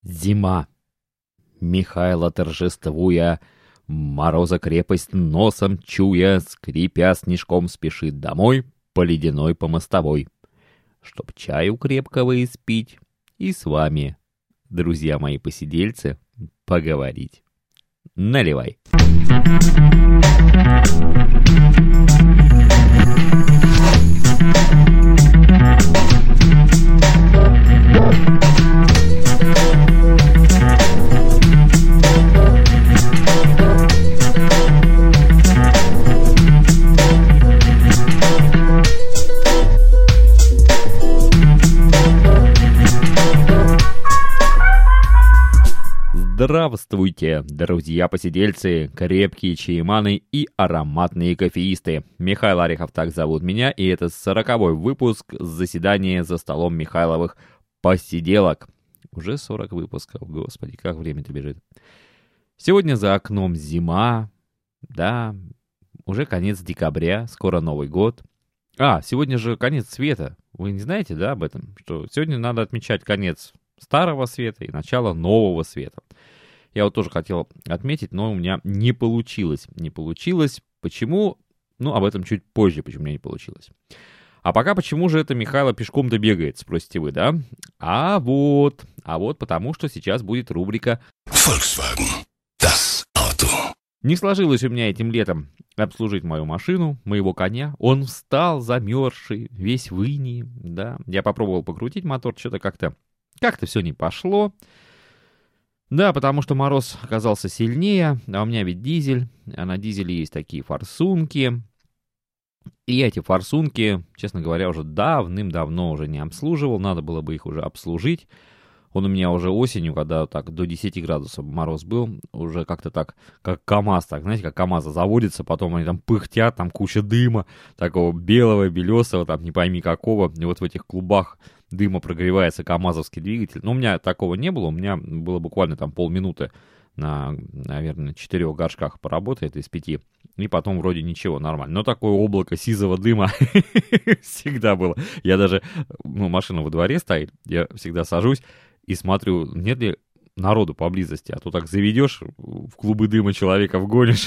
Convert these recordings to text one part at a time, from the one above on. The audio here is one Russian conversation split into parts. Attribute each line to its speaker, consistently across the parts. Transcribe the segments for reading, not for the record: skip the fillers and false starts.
Speaker 1: Зима. Михайло, торжествуя, мороза крепость носом чуя, скрипя снежком, спешит домой по ледяной по мостовой, чтоб чаю крепкого испить и с вами, друзья мои посидельцы, поговорить. Наливай. Здравствуйте, друзья-посидельцы, крепкие чаеманы и ароматные кофеисты. Михаил Орехов, так зовут меня, и это 40-й выпуск заседания за столом Михайловых посиделок. Уже 40 выпусков, господи, как время-то бежит. Сегодня за окном зима, да, уже конец декабря, скоро Новый год. Сегодня же конец света, вы не знаете, да, об этом? Что сегодня надо отмечать конец старого света и начало нового света. Я вот тоже хотел отметить, но у меня не получилось. Не получилось. Почему? Об этом чуть позже, почему у меня не получилось. А пока почему же это Михайло пешком-то бегает, спросите вы, да? А вот потому что сейчас будет рубрика
Speaker 2: Volkswagen. Das Auto.
Speaker 1: Не сложилось у меня этим летом обслужить мою машину, моего коня. Он встал замерзший, весь в инии, да. Я попробовал покрутить мотор, что-то как-то все не пошло. Да, потому что мороз оказался сильнее, а у меня ведь дизель, а на дизеле есть такие форсунки. И я эти форсунки, честно говоря, уже давным-давно уже не обслуживал, надо было бы их уже обслужить. Он у меня уже осенью, когда так до 10 градусов мороз был, уже как-то так, как КамАЗ, так, знаете, как КамАЗы заводятся, потом они там пыхтят, там куча дыма, такого белого, белесого, там не пойми какого, и вот в этих клубах дыма прогревается КамАЗовский двигатель. Но у меня такого не было, у меня было буквально там полминуты на, наверное, 4 горшках поработает из 5, и потом вроде ничего, нормально. Но такое облако сизого дыма всегда было. Я даже, машина во дворе стоит, я всегда сажусь и смотрю, нет ли народу поблизости, а то так заведешь, в клубы дыма человека вгонишь.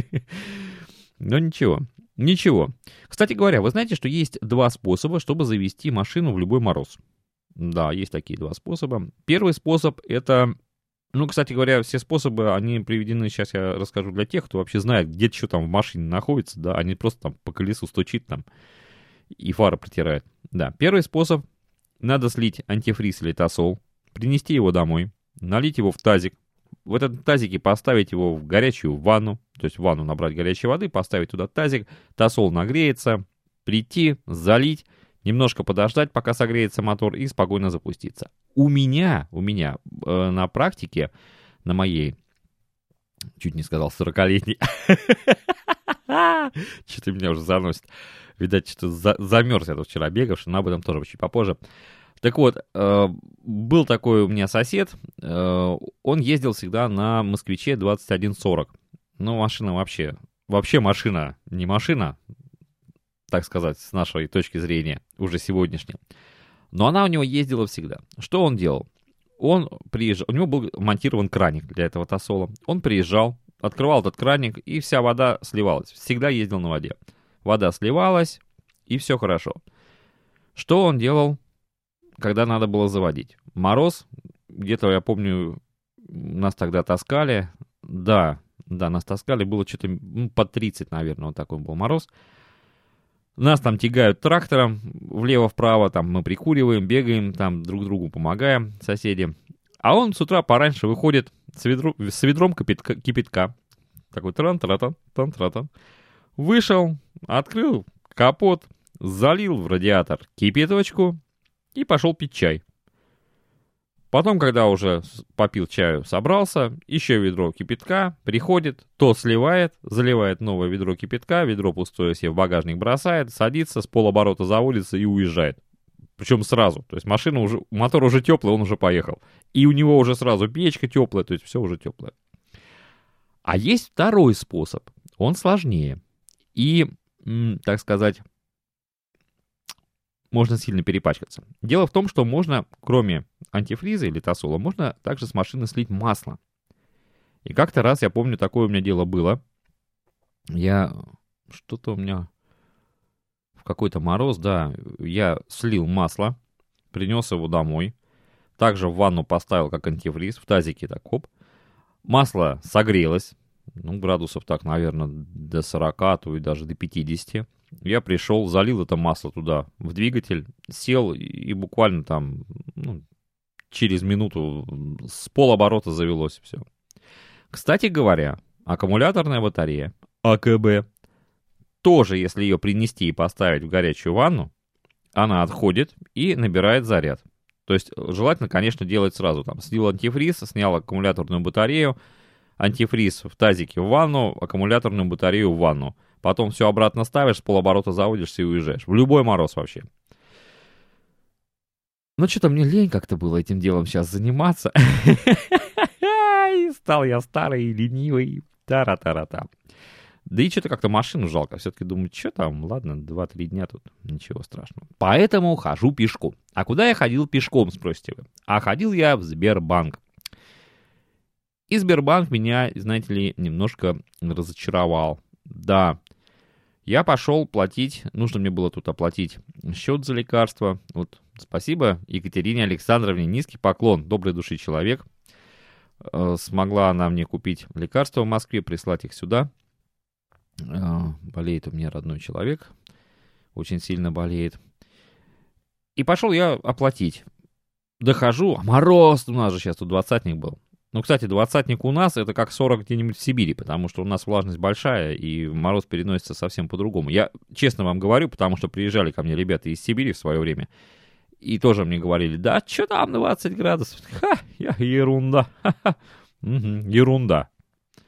Speaker 1: Но ничего. Кстати говоря, вы знаете, что есть 2 способа, чтобы завести машину в любой мороз. Да, есть такие 2 способа. Первый способ это, кстати говоря, все способы, они приведены, сейчас я расскажу для тех, кто вообще знает, где что там в машине находится, да, они просто там по колесу стучит там и фары протирает. Да, первый способ, надо слить антифриз или тосол, принести его домой, налить его в тазик, в этом тазике поставить его в горячую ванну, то есть в ванну набрать горячей воды, поставить туда тазик, тосол нагреется, прийти, залить, немножко подождать, пока согреется мотор, и спокойно запуститься. У меня на практике, на моей, чуть не сказал 40-летней, что-то меня уже заносит, видать, что замерз я тут вчера бегавший, но об этом тоже чуть попозже. Так вот, был такой у меня сосед, он ездил всегда на Москвиче 2140. Машина вообще машина, не машина, так сказать, с нашей точки зрения, уже сегодняшней. Но она у него ездила всегда. Что он делал? Он приезжал, у него был монтирован краник для этого тосола. Он приезжал, открывал этот краник, и вся вода сливалась. Всегда ездил на воде. Вода сливалась, и все хорошо. Что он делал, когда надо было заводить? Мороз, где-то, я помню, нас тогда таскали. Да, нас таскали, было что-то под 30, наверное, вот такой был мороз. Нас там тягают трактором влево-вправо, там мы прикуриваем, бегаем, там друг другу помогаем, соседи. А он с утра пораньше выходит с ведром кипятка. Такой тран-тратан. Вышел, открыл капот, залил в радиатор кипяточку и пошел пить чай. Потом, когда уже попил чаю, собрался, еще ведро кипятка, приходит, то сливает, заливает новое ведро кипятка, ведро пустое себе в багажник бросает, садится, с полоборота заводится и уезжает. Причем сразу, то есть мотор уже теплый, он уже поехал. И у него уже сразу печка теплая, то есть все уже теплое. А есть второй способ, он сложнее. И, так сказать, можно сильно перепачкаться. Дело в том, что можно, кроме антифриза или тосола, можно также с машины слить масло. И как-то раз, я помню, такое у меня дело было. Что-то у меня в какой-то мороз, да, я слил масло, принес его домой. Также в ванну поставил как антифриз, в тазике так, хоп. Масло согрелось, градусов так, наверное, до 40, а то и даже до 50. Я пришел, залил это масло туда в двигатель, сел и буквально там через минуту с полоборота завелось все. Кстати говоря, аккумуляторная батарея, АКБ, тоже, если ее принести и поставить в горячую ванну, она отходит и набирает заряд. То есть желательно, конечно, делать сразу. Там слил антифриз, снял аккумуляторную батарею, антифриз в тазике в ванну, аккумуляторную батарею в ванну. Потом все обратно ставишь, с полоборота заводишься и уезжаешь. В любой мороз вообще. Но что-то мне лень как-то было этим делом сейчас заниматься. И стал я старый и ленивый. Тара-тара-та. Да и что-то как-то машину жалко. Все-таки думаю, что там, ладно, 2-3 дня тут, ничего страшного. Поэтому хожу пешком. А куда я ходил пешком, спросите вы? А ходил я в Сбербанк. И Сбербанк меня, знаете ли, немножко разочаровал. Да, я пошел платить, нужно мне было тут оплатить счет за лекарства. Вот, спасибо Екатерине Александровне, низкий поклон, доброй души человек. Смогла она мне купить лекарства в Москве, прислать их сюда. Болеет у меня родной человек, очень сильно болеет. И пошел я оплатить. Дохожу, а мороз, у нас же сейчас тут 20-ник был. Кстати, 20-ник у нас это как 40 где-нибудь в Сибири, потому что у нас влажность большая, и мороз переносится совсем по-другому. Я честно вам говорю, потому что приезжали ко мне ребята из Сибири в свое время, и тоже мне говорили, да, что там 20 градусов? Ерунда. Ерунда.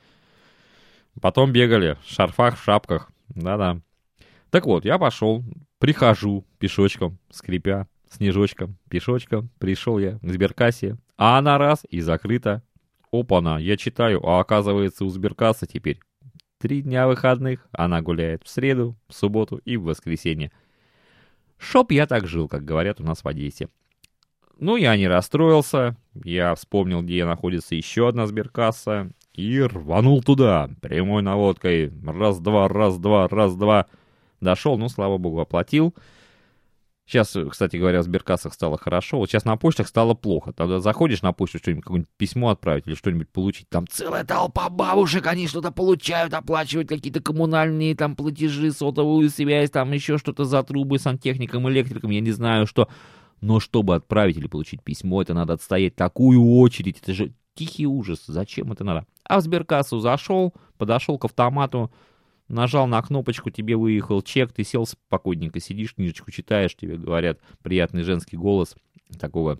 Speaker 1: Потом бегали в шарфах, в шапках. Да-да. Так вот, я пошел, прихожу пешочком, скрипя, снежочком, пешочком. Пришел я к сберкассе, а она раз и закрыта. Опа-на, я читаю, а оказывается у сберкассы теперь 3 дня выходных. Она гуляет в среду, в субботу и в воскресенье. Чтоб я так жил, как говорят у нас в Одессе. Я не расстроился. Я вспомнил, где находится еще одна сберкасса. И рванул туда, прямой наводкой. Раз-два, раз-два, раз-два. Дошел, слава богу, оплатил. Сейчас, кстати говоря, в сберкассах стало хорошо. Вот сейчас на почтах стало плохо. Тогда заходишь на почту, что-нибудь, какое-нибудь письмо отправить или что-нибудь получить. Там целая толпа бабушек, они что-то получают, оплачивают какие-то коммунальные там платежи, сотовую связь, там еще что-то за трубы, сантехником, электриком, я не знаю что. Но чтобы отправить или получить письмо, это надо отстоять такую очередь. Это же тихий ужас. Зачем это надо? А в сберкассу зашел, подошел к автомату, нажал на кнопочку, тебе выехал чек, ты сел спокойненько, сидишь, книжечку читаешь, тебе говорят приятный женский голос такого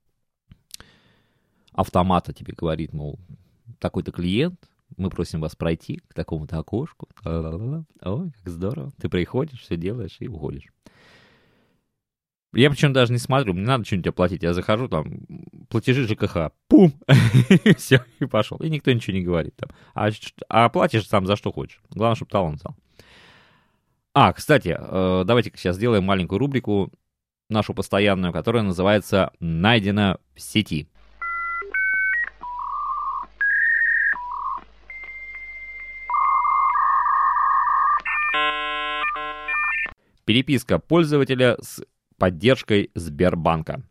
Speaker 1: автомата тебе говорит, мол, такой-то клиент, мы просим вас пройти к такому-то окошку. Ой, как здорово. Ты приходишь, все делаешь и уходишь. Я причем даже не смотрю, мне надо что-нибудь оплатить. Я захожу, там, платежи ЖКХ, пум, все, и пошел. И никто ничего не говорит. Там. А платишь сам за что хочешь. Главное, чтобы талон стал. Кстати, давайте-ка сейчас сделаем маленькую рубрику, нашу постоянную, которая называется «Найдено в сети». Переписка пользователя с поддержкой Сбербанка.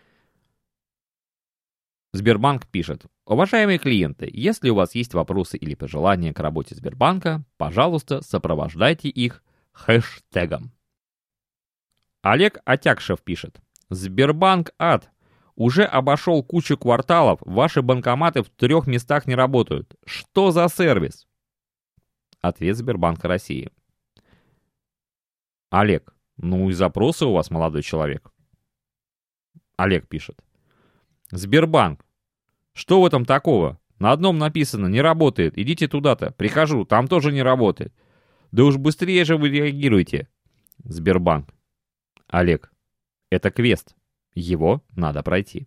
Speaker 1: Сбербанк пишет: уважаемые клиенты, если у вас есть вопросы или пожелания к работе Сбербанка, пожалуйста, сопровождайте их хэштегом. Олег Атякшев пишет: Сбербанк ад. Уже обошел кучу кварталов, ваши банкоматы в 3 местах не работают. Что за сервис? Ответ Сбербанка России. Олег, и запросы у вас, молодой человек. Олег пишет: Сбербанк, что в этом такого? На одном написано «не работает», идите туда-то, прихожу, там тоже не работает. Да уж быстрее же вы реагируете. Сбербанк. Олег, это квест, его надо пройти.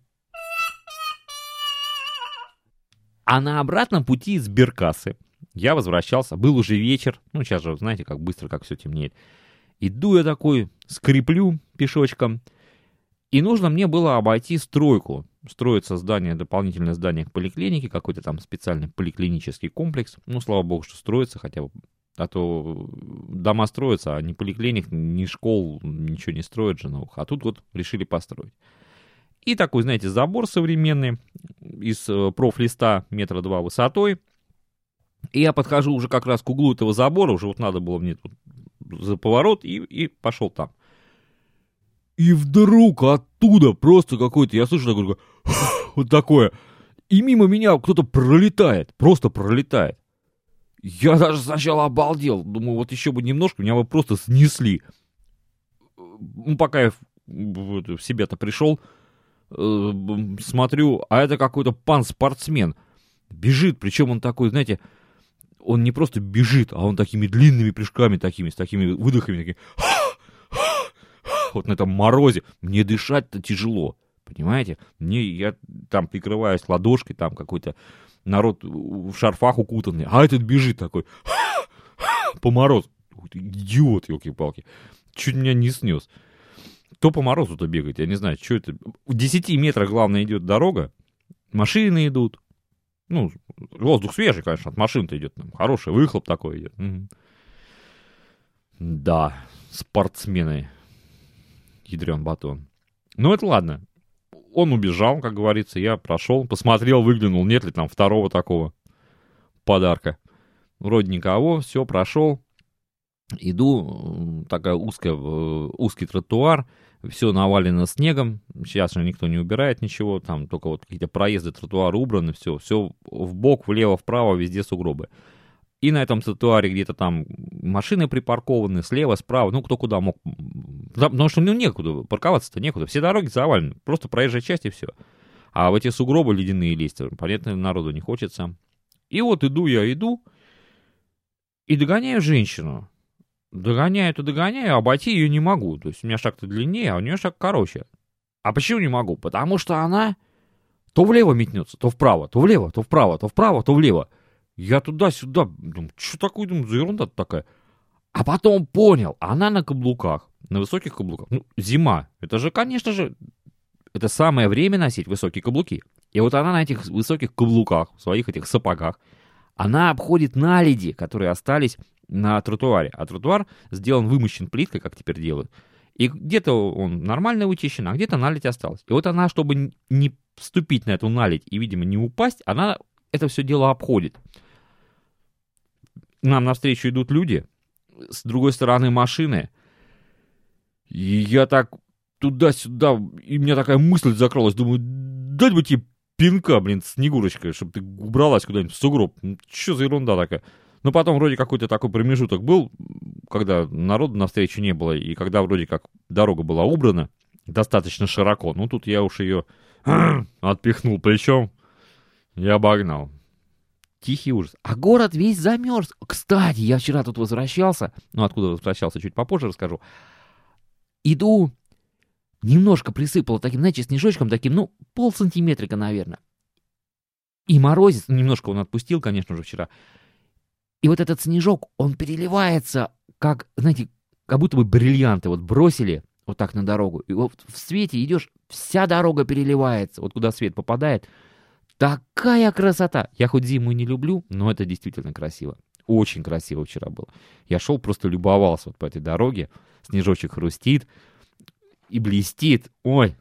Speaker 1: А на обратном пути из сберкассы я возвращался, был уже вечер, сейчас же, знаете, как быстро, как все темнеет. Иду я такой, скреплю пешочком. И нужно мне было обойти стройку. Строится здание, дополнительное здание к поликлинике, какой-то там специальный поликлинический комплекс. Ну, слава богу, что строится хотя бы. А то дома строятся, а ни поликлиник, ни школ, ничего не строят же новых. А тут вот решили построить. И такой, знаете, забор современный из профлиста 2 метра высотой. И я подхожу уже как раз к углу этого забора, уже вот надо было мне тут за поворот, и пошел там. И вдруг оттуда просто какой-то, я слышу такое, вот такое, и мимо меня кто-то пролетает, просто пролетает. Я даже сначала обалдел, думаю, вот еще бы немножко, меня бы просто снесли. Ну, пока я в себя-то пришел, смотрю, а это какой-то пан-спортсмен. Бежит, причем он такой, знаете, он не просто бежит, а он такими длинными прыжками такими, с такими выдохами, такими, вот на этом морозе. Мне дышать-то тяжело, понимаете? Я там прикрываюсь ладошкой, там какой-то народ в шарфах укутанный, а этот бежит такой, по морозу. Идиот, елки-палки. Чуть меня не снес. Кто по морозу-то бегает, я не знаю, что это. В 10 метрах, главное, идет дорога, машины идут. Ну, воздух свежий, конечно, от машин-то идет. Там, хороший выхлоп такой идет. Да, спортсмены. Ядрен батон. Ну, это ладно. Он убежал, как говорится, я прошел, посмотрел, выглянул, нет ли там второго такого подарка. Вроде никого, все, прошел. Иду, такая узкий тротуар, все навалено снегом, сейчас же никто не убирает ничего, там только вот какие-то проезды тротуара убраны, все вбок, влево, вправо, везде сугробы. И на этом тротуаре где-то там машины припаркованы, слева, справа, ну кто куда мог, потому что ну некуда, парковаться-то некуда, все дороги завалены, просто проезжая часть и все. А в эти сугробы ледяные лезть, понятно, народу не хочется. И вот иду и догоняю женщину. Догоняю, а обойти ее не могу. То есть у меня шаг-то длиннее, а у нее шаг короче. А почему не могу? Потому что она то влево метнется, то вправо, то влево, то вправо, то вправо, то влево. Я туда-сюда, думаю, что такое, думаю, за ерунда такая. А потом понял, она на каблуках, на высоких каблуках. Ну, зима, это же, конечно же, это самое время носить высокие каблуки. И вот она на этих высоких каблуках, в своих этих сапогах, она обходит наледи, которые остались на тротуаре. А тротуар сделан, вымощен плиткой, как теперь делают. И где-то он нормально вычищен, а где-то наледь осталась. И вот она, чтобы не вступить на эту наледь и, видимо, не упасть, она это все дело обходит. Нам навстречу идут люди, с другой стороны машины. И я так туда-сюда, и у меня такая мысль закралась, думаю, дать бы тебе пинка, блин, Снегурочка, чтобы ты убралась куда-нибудь в сугроб. Ну, что за ерунда такая? Но потом вроде какой-то такой промежуток был, когда народу навстречу не было, и когда вроде как дорога была убрана достаточно широко. Ну, тут я уж ее отпихнул плечом и обогнал. Тихий ужас. А город весь замерз. Кстати, я вчера тут возвращался, ну, откуда возвращался, чуть попозже расскажу. Иду, немножко присыпало таким, знаете, снежочком таким, ну, полсантиметрика, наверное. И морозец, немножко он отпустил, конечно же, вчера. И вот этот снежок, он переливается, как, знаете, как будто бы бриллианты вот бросили вот так на дорогу. И вот в свете идешь, вся дорога переливается, вот куда свет попадает. Такая красота! Я хоть зиму и не люблю, но это действительно красиво. Очень красиво вчера было. Я шел, просто любовался вот по этой дороге. Снежочек хрустит и блестит. Ой.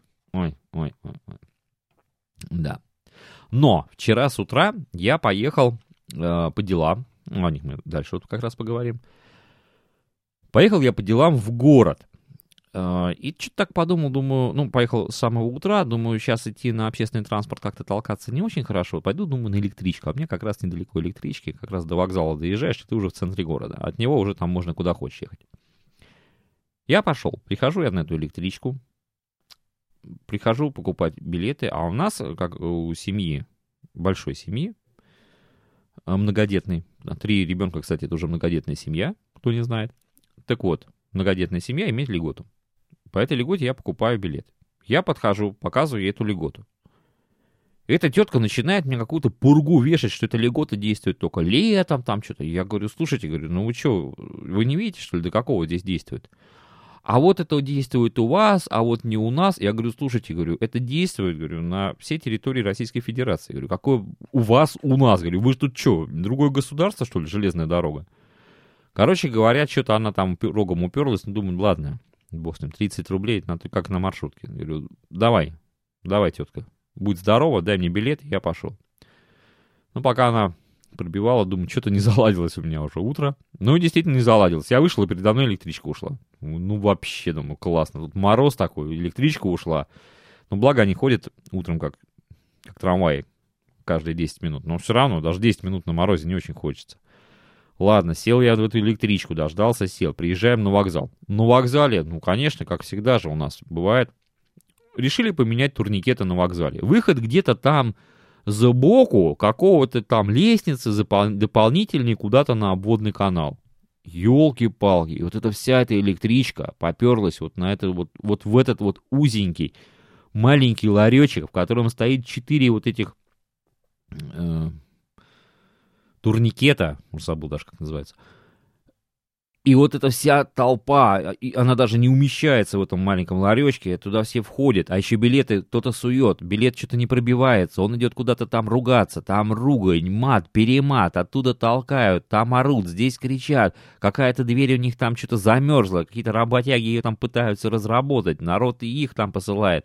Speaker 1: Да. Но вчера с утра я поехал по делам. О них мы дальше вот как раз поговорим. Поехал я по делам в город. И что-то так подумал, думаю, ну, поехал с самого утра, думаю, сейчас идти на общественный транспорт как-то толкаться не очень хорошо. Пойду, думаю, на электричку. А мне как раз недалеко электрички, как раз до вокзала доезжаешь, и ты уже в центре города. От него уже там можно куда хочешь ехать. Я пошел, прихожу я на эту электричку, прихожу покупать билеты, а у нас, как у семьи, большой семьи, многодетной, 3 ребенка, кстати, это уже многодетная семья, кто не знает. Так вот, многодетная семья имеет льготу. По этой льготе я покупаю билет. Я подхожу, показываю ей эту льготу. Эта тетка начинает мне какую-то пургу вешать, что эта льгота действует только летом, там что-то. Я говорю, слушайте, говорю, ну вы что, вы не видите, что ли, до какого здесь действует? А вот это действует у вас, а вот не у нас. Я говорю, слушайте, говорю, это действует, говорю, на всей территории Российской Федерации. Говорю, какое у вас, у нас? Говорю, вы же тут что, другое государство, что ли, железная дорога? Короче говоря, что-то она там рогом уперлась, ну, думаю, ладно, бог с ним, 30 рублей, как на маршрутке. Я говорю, давай, тетка, будь здорова, дай мне билет, и я пошел. Ну, пока она пробивала, думаю, что-то не заладилось у меня уже утро. Ну, и действительно не заладилось. Я вышел, и передо мной электричка ушла. Ну, вообще, думаю, классно. Тут мороз такой, электричка ушла. Ну, благо они ходят утром, как трамваи, каждые 10 минут. Но все равно, даже 10 минут на морозе не очень хочется. Ладно, сел я в эту электричку, дождался, сел. Приезжаем на вокзал. На вокзале, ну, конечно, как всегда же у нас бывает, решили поменять турникеты на вокзале. Выход где-то там сбоку, какого-то там лестницы дополнительной куда-то на обводный канал. Ёлки-палки, и вот эта вся эта электричка поперлась вот на это вот в этот вот узенький маленький ларечек, в котором стоит 4 вот этих турникета, уже забыл даже, как называется. И вот эта вся толпа, она даже не умещается в этом маленьком ларечке, туда все входят, а еще билеты кто-то сует, билет что-то не пробивается, он идет куда-то там ругаться, там ругань, мат, перемат, оттуда толкают, там орут, здесь кричат, какая-то дверь у них там что-то замерзла, какие-то работяги ее там пытаются разработать, народ и их там посылает.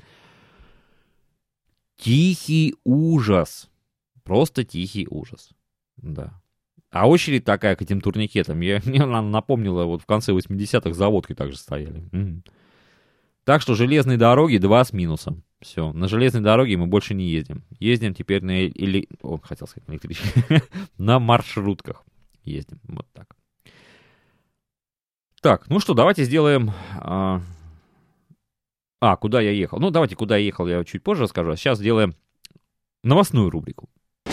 Speaker 1: Тихий ужас, просто тихий ужас, да. А очередь такая к этим турникетам, мне она напомнила, вот в конце 80-х за водкой также стояли. Так что железные дороги 2 с минусом. Все, на железной дороге мы больше не ездим. Ездим теперь на на маршрутках ездим, вот так. Так, ну что, давайте сделаем... куда я ехал? Ну, давайте, куда я ехал, я чуть позже расскажу. А сейчас сделаем новостную рубрику.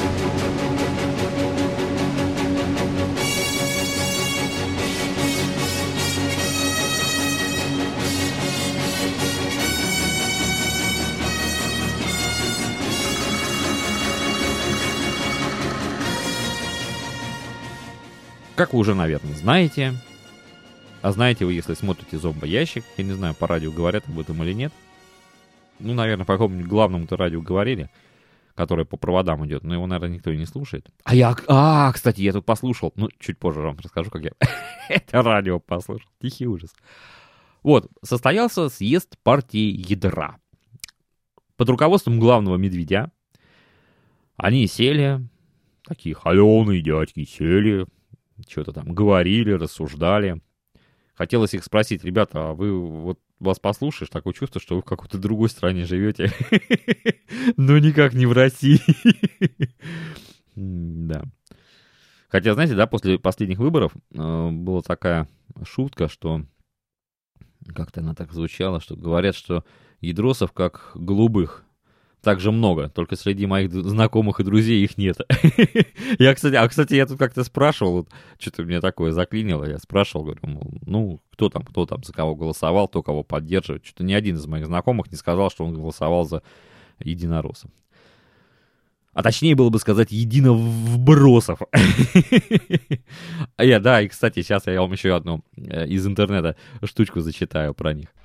Speaker 1: Как вы уже, наверное, знаете, а знаете вы, если смотрите «Зомбоящик», я не знаю, по радио говорят об этом или нет. Ну, наверное, по какому-нибудь главному-то радио говорили, которое по проводам идет, но его, наверное, никто и не слушает. Кстати, я тут послушал, ну, чуть позже вам расскажу, как я это радио послушал. Тихий ужас. Вот, состоялся съезд партии ядра. Под руководством главного медведя они сели, такие холеные дядьки сели, что-то там говорили, рассуждали. Хотелось их спросить, ребята, а вы, вот вас послушаешь, такое чувство, что вы в какой-то другой стране живете, но никак не в России. Да. Хотя, знаете, да, после последних выборов была такая шутка, что как-то она так звучала, что говорят, что ядросов как голубых так же много, только среди моих знакомых и друзей их нет. Кстати, я тут как-то спрашивал, вот, что-то мне такое заклинило, я спрашивал, говорю, ну, кто там, за кого голосовал, кто кого поддерживает. Что-то ни один из моих знакомых не сказал, что он голосовал за единороссов. А точнее было бы сказать единовбросов. Да, и, кстати, сейчас я вам еще одну из интернета штучку зачитаю про них.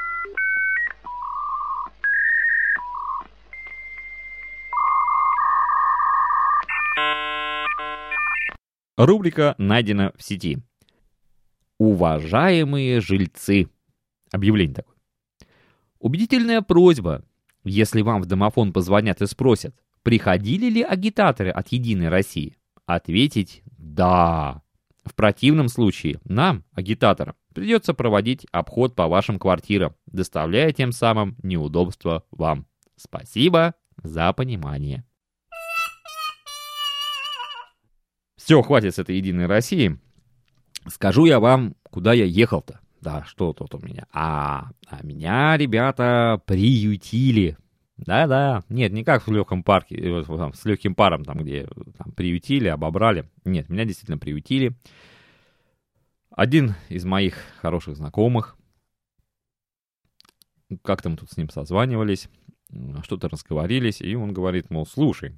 Speaker 1: Рубрика найдена в сети. Уважаемые жильцы. Объявление такое. Убедительная просьба. Если вам в домофон позвонят и спросят, приходили ли агитаторы от «Единой России», ответить «да». В противном случае нам, агитаторам, придется проводить обход по вашим квартирам, доставляя тем самым неудобства вам. Спасибо за понимание. Все, хватит с этой «Единой России». Скажу я вам, куда я ехал-то. Да, что тут у меня? Меня, ребята, приютили. Да-да. Нет, не как в легком парке, с легким паром, там, где там, приютили, обобрали. Нет, меня действительно приютили. Один из моих хороших знакомых, как-то мы тут с ним созванивались, что-то разговорились, и он говорит, мол, слушай,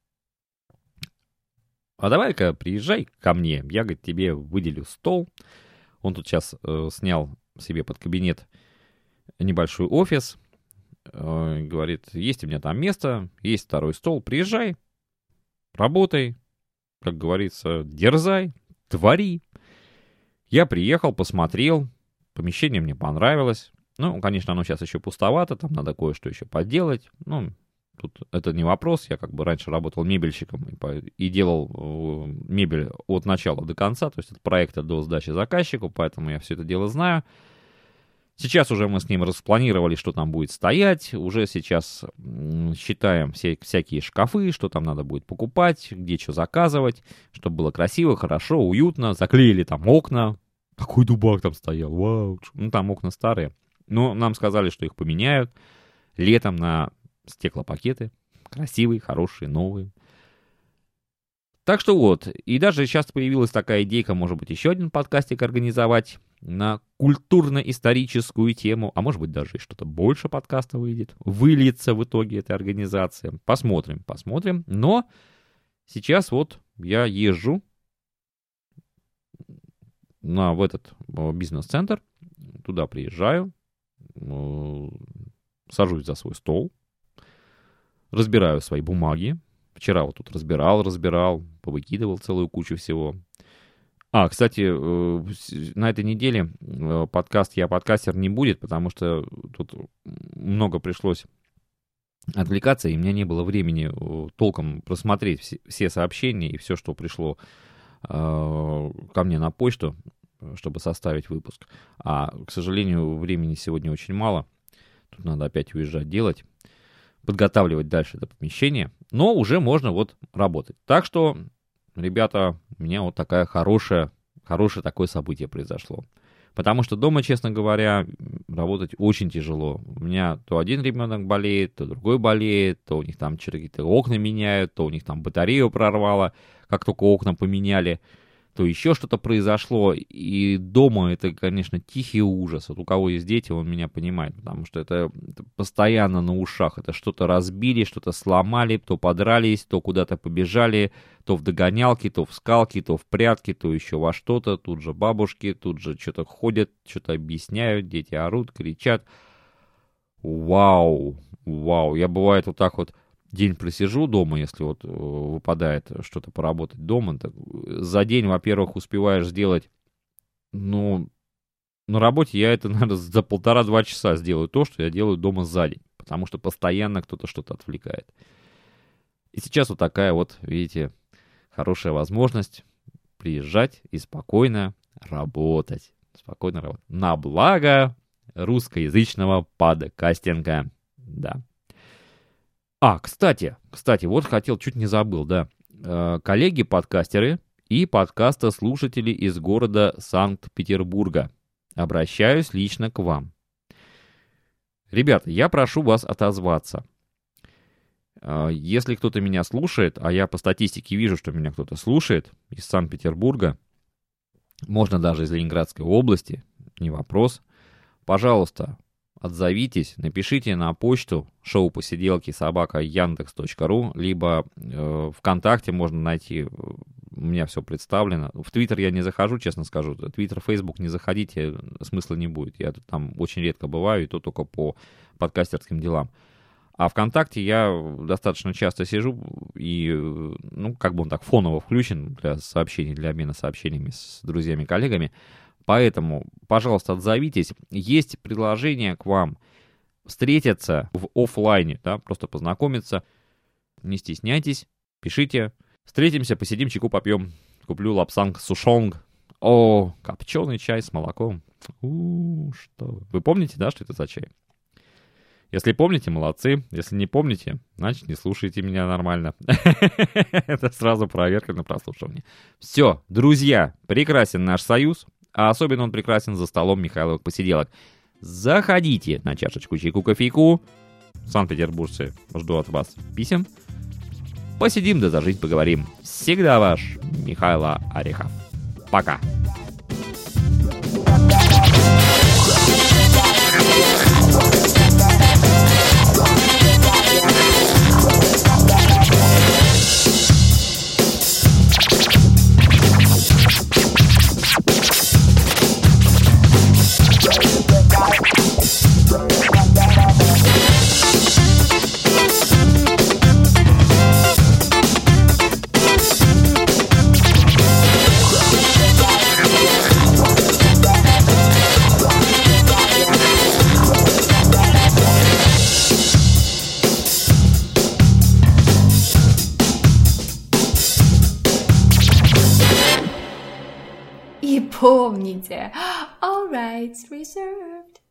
Speaker 1: а давай-ка приезжай ко мне, я, говорит, тебе выделю стол. Он тут сейчас снял себе под кабинет небольшой офис, говорит, есть у меня там место, есть второй стол, приезжай, работай, как говорится, дерзай, твори. Я приехал, посмотрел, помещение мне понравилось. Ну, конечно, оно сейчас еще пустовато, там надо кое-что еще поделать. Ну, тут это не вопрос, я как бы раньше работал мебельщиком и делал мебель от начала до конца, то есть от проекта до сдачи заказчику, поэтому я все это дело знаю. Сейчас уже мы с ним распланировали, что там будет стоять, уже сейчас считаем всякие шкафы, что там надо будет покупать, где что заказывать, чтобы было красиво, хорошо, уютно, заклеили там окна. Какой дубак там стоял, вау, ну там окна старые. Но нам сказали, что их поменяют летом на стеклопакеты, красивые, хорошие, новые. Так что вот, и даже сейчас появилась такая идейка, может быть, еще один подкастик организовать на культурно-историческую тему, а может быть, даже и что-то больше подкаста выйдет, выльется в итоге эта организация. Посмотрим. Но сейчас вот я езжу в этот бизнес-центр, туда приезжаю, сажусь за свой стол, разбираю свои бумаги. Вчера вот тут разбирал, повыкидывал целую кучу всего. Кстати, на этой неделе подкаст «Я подкастер» не будет, потому что тут много пришлось отвлекаться, и у меня не было времени толком просмотреть все сообщения и все, что пришло ко мне на почту, чтобы составить выпуск. К сожалению, времени сегодня очень мало. Тут надо опять уезжать делать, подготавливать дальше это помещение. Но уже можно вот работать. Так что, ребята, у меня вот такое хорошее такое событие произошло. Потому что дома, честно говоря, работать очень тяжело. У меня то один ребенок болеет, то другой болеет, то у них там какие-то окна меняют, то у них там батарею прорвало, как только окна поменяли, то еще что-то произошло. И дома это, конечно, тихий ужас. Вот у кого есть дети, он меня понимает, потому что это постоянно на ушах. Это что-то разбили, что-то сломали, то подрались, то куда-то побежали, то в догонялки, то в скалки, то в прятки, то еще во что-то. Тут же бабушки, тут же что-то ходят, что-то объясняют, дети орут, кричат. Вау. Я бывает вот так вот день просижу дома, если вот выпадает что-то поработать дома. Так за день, во-первых, успеваешь сделать, на работе я это, наверное, за 1,5-2 часа сделаю то, что я делаю дома за день, потому что постоянно кто-то что-то отвлекает. И сейчас вот такая вот, видите, хорошая возможность приезжать и спокойно работать. На благо русскоязычного подкастинга. Да. Кстати, вот хотел, чуть не забыл, да. Коллеги-подкастеры и подкастослушатели из города Санкт-Петербурга. Обращаюсь лично к вам. Ребята, я прошу вас отозваться. Если кто-то меня слушает, а я по статистике вижу, что меня кто-то слушает из Санкт-Петербурга, можно даже из Ленинградской области, не вопрос, пожалуйста, отзовитесь, напишите на почту showposeделки@yandex.ru, либо ВКонтакте можно найти, у меня все представлено. В Твиттер я не захожу, честно скажу. Твиттер, Фейсбук не заходите, смысла не будет. Я там очень редко бываю, и то только по подкастерским делам. А ВКонтакте я достаточно часто сижу, и, как бы он так фоново включен для сообщений, для обмена сообщениями с друзьями, коллегами. Поэтому, пожалуйста, отзовитесь. Есть предложение к вам встретиться в офлайне, да, просто познакомиться. Не стесняйтесь, пишите. Встретимся, посидим, чайку попьем. Куплю лапсанг сушонг. Копченый чай с молоком. Что вы помните, да, что это за чай? Если помните, молодцы. Если не помните, значит, не слушайте меня нормально. Это сразу проверка на прослушивание. Все, друзья, прекрасен наш союз. А особенно он прекрасен за столом Михайловых посиделок. Заходите на чашечку чайку, кофейку. Санкт-Петербуржцы, жду от вас писем. Посидим да за жизнь поговорим. Всегда ваш Михайло Орехов. Пока.
Speaker 3: И помните, all rights reserved.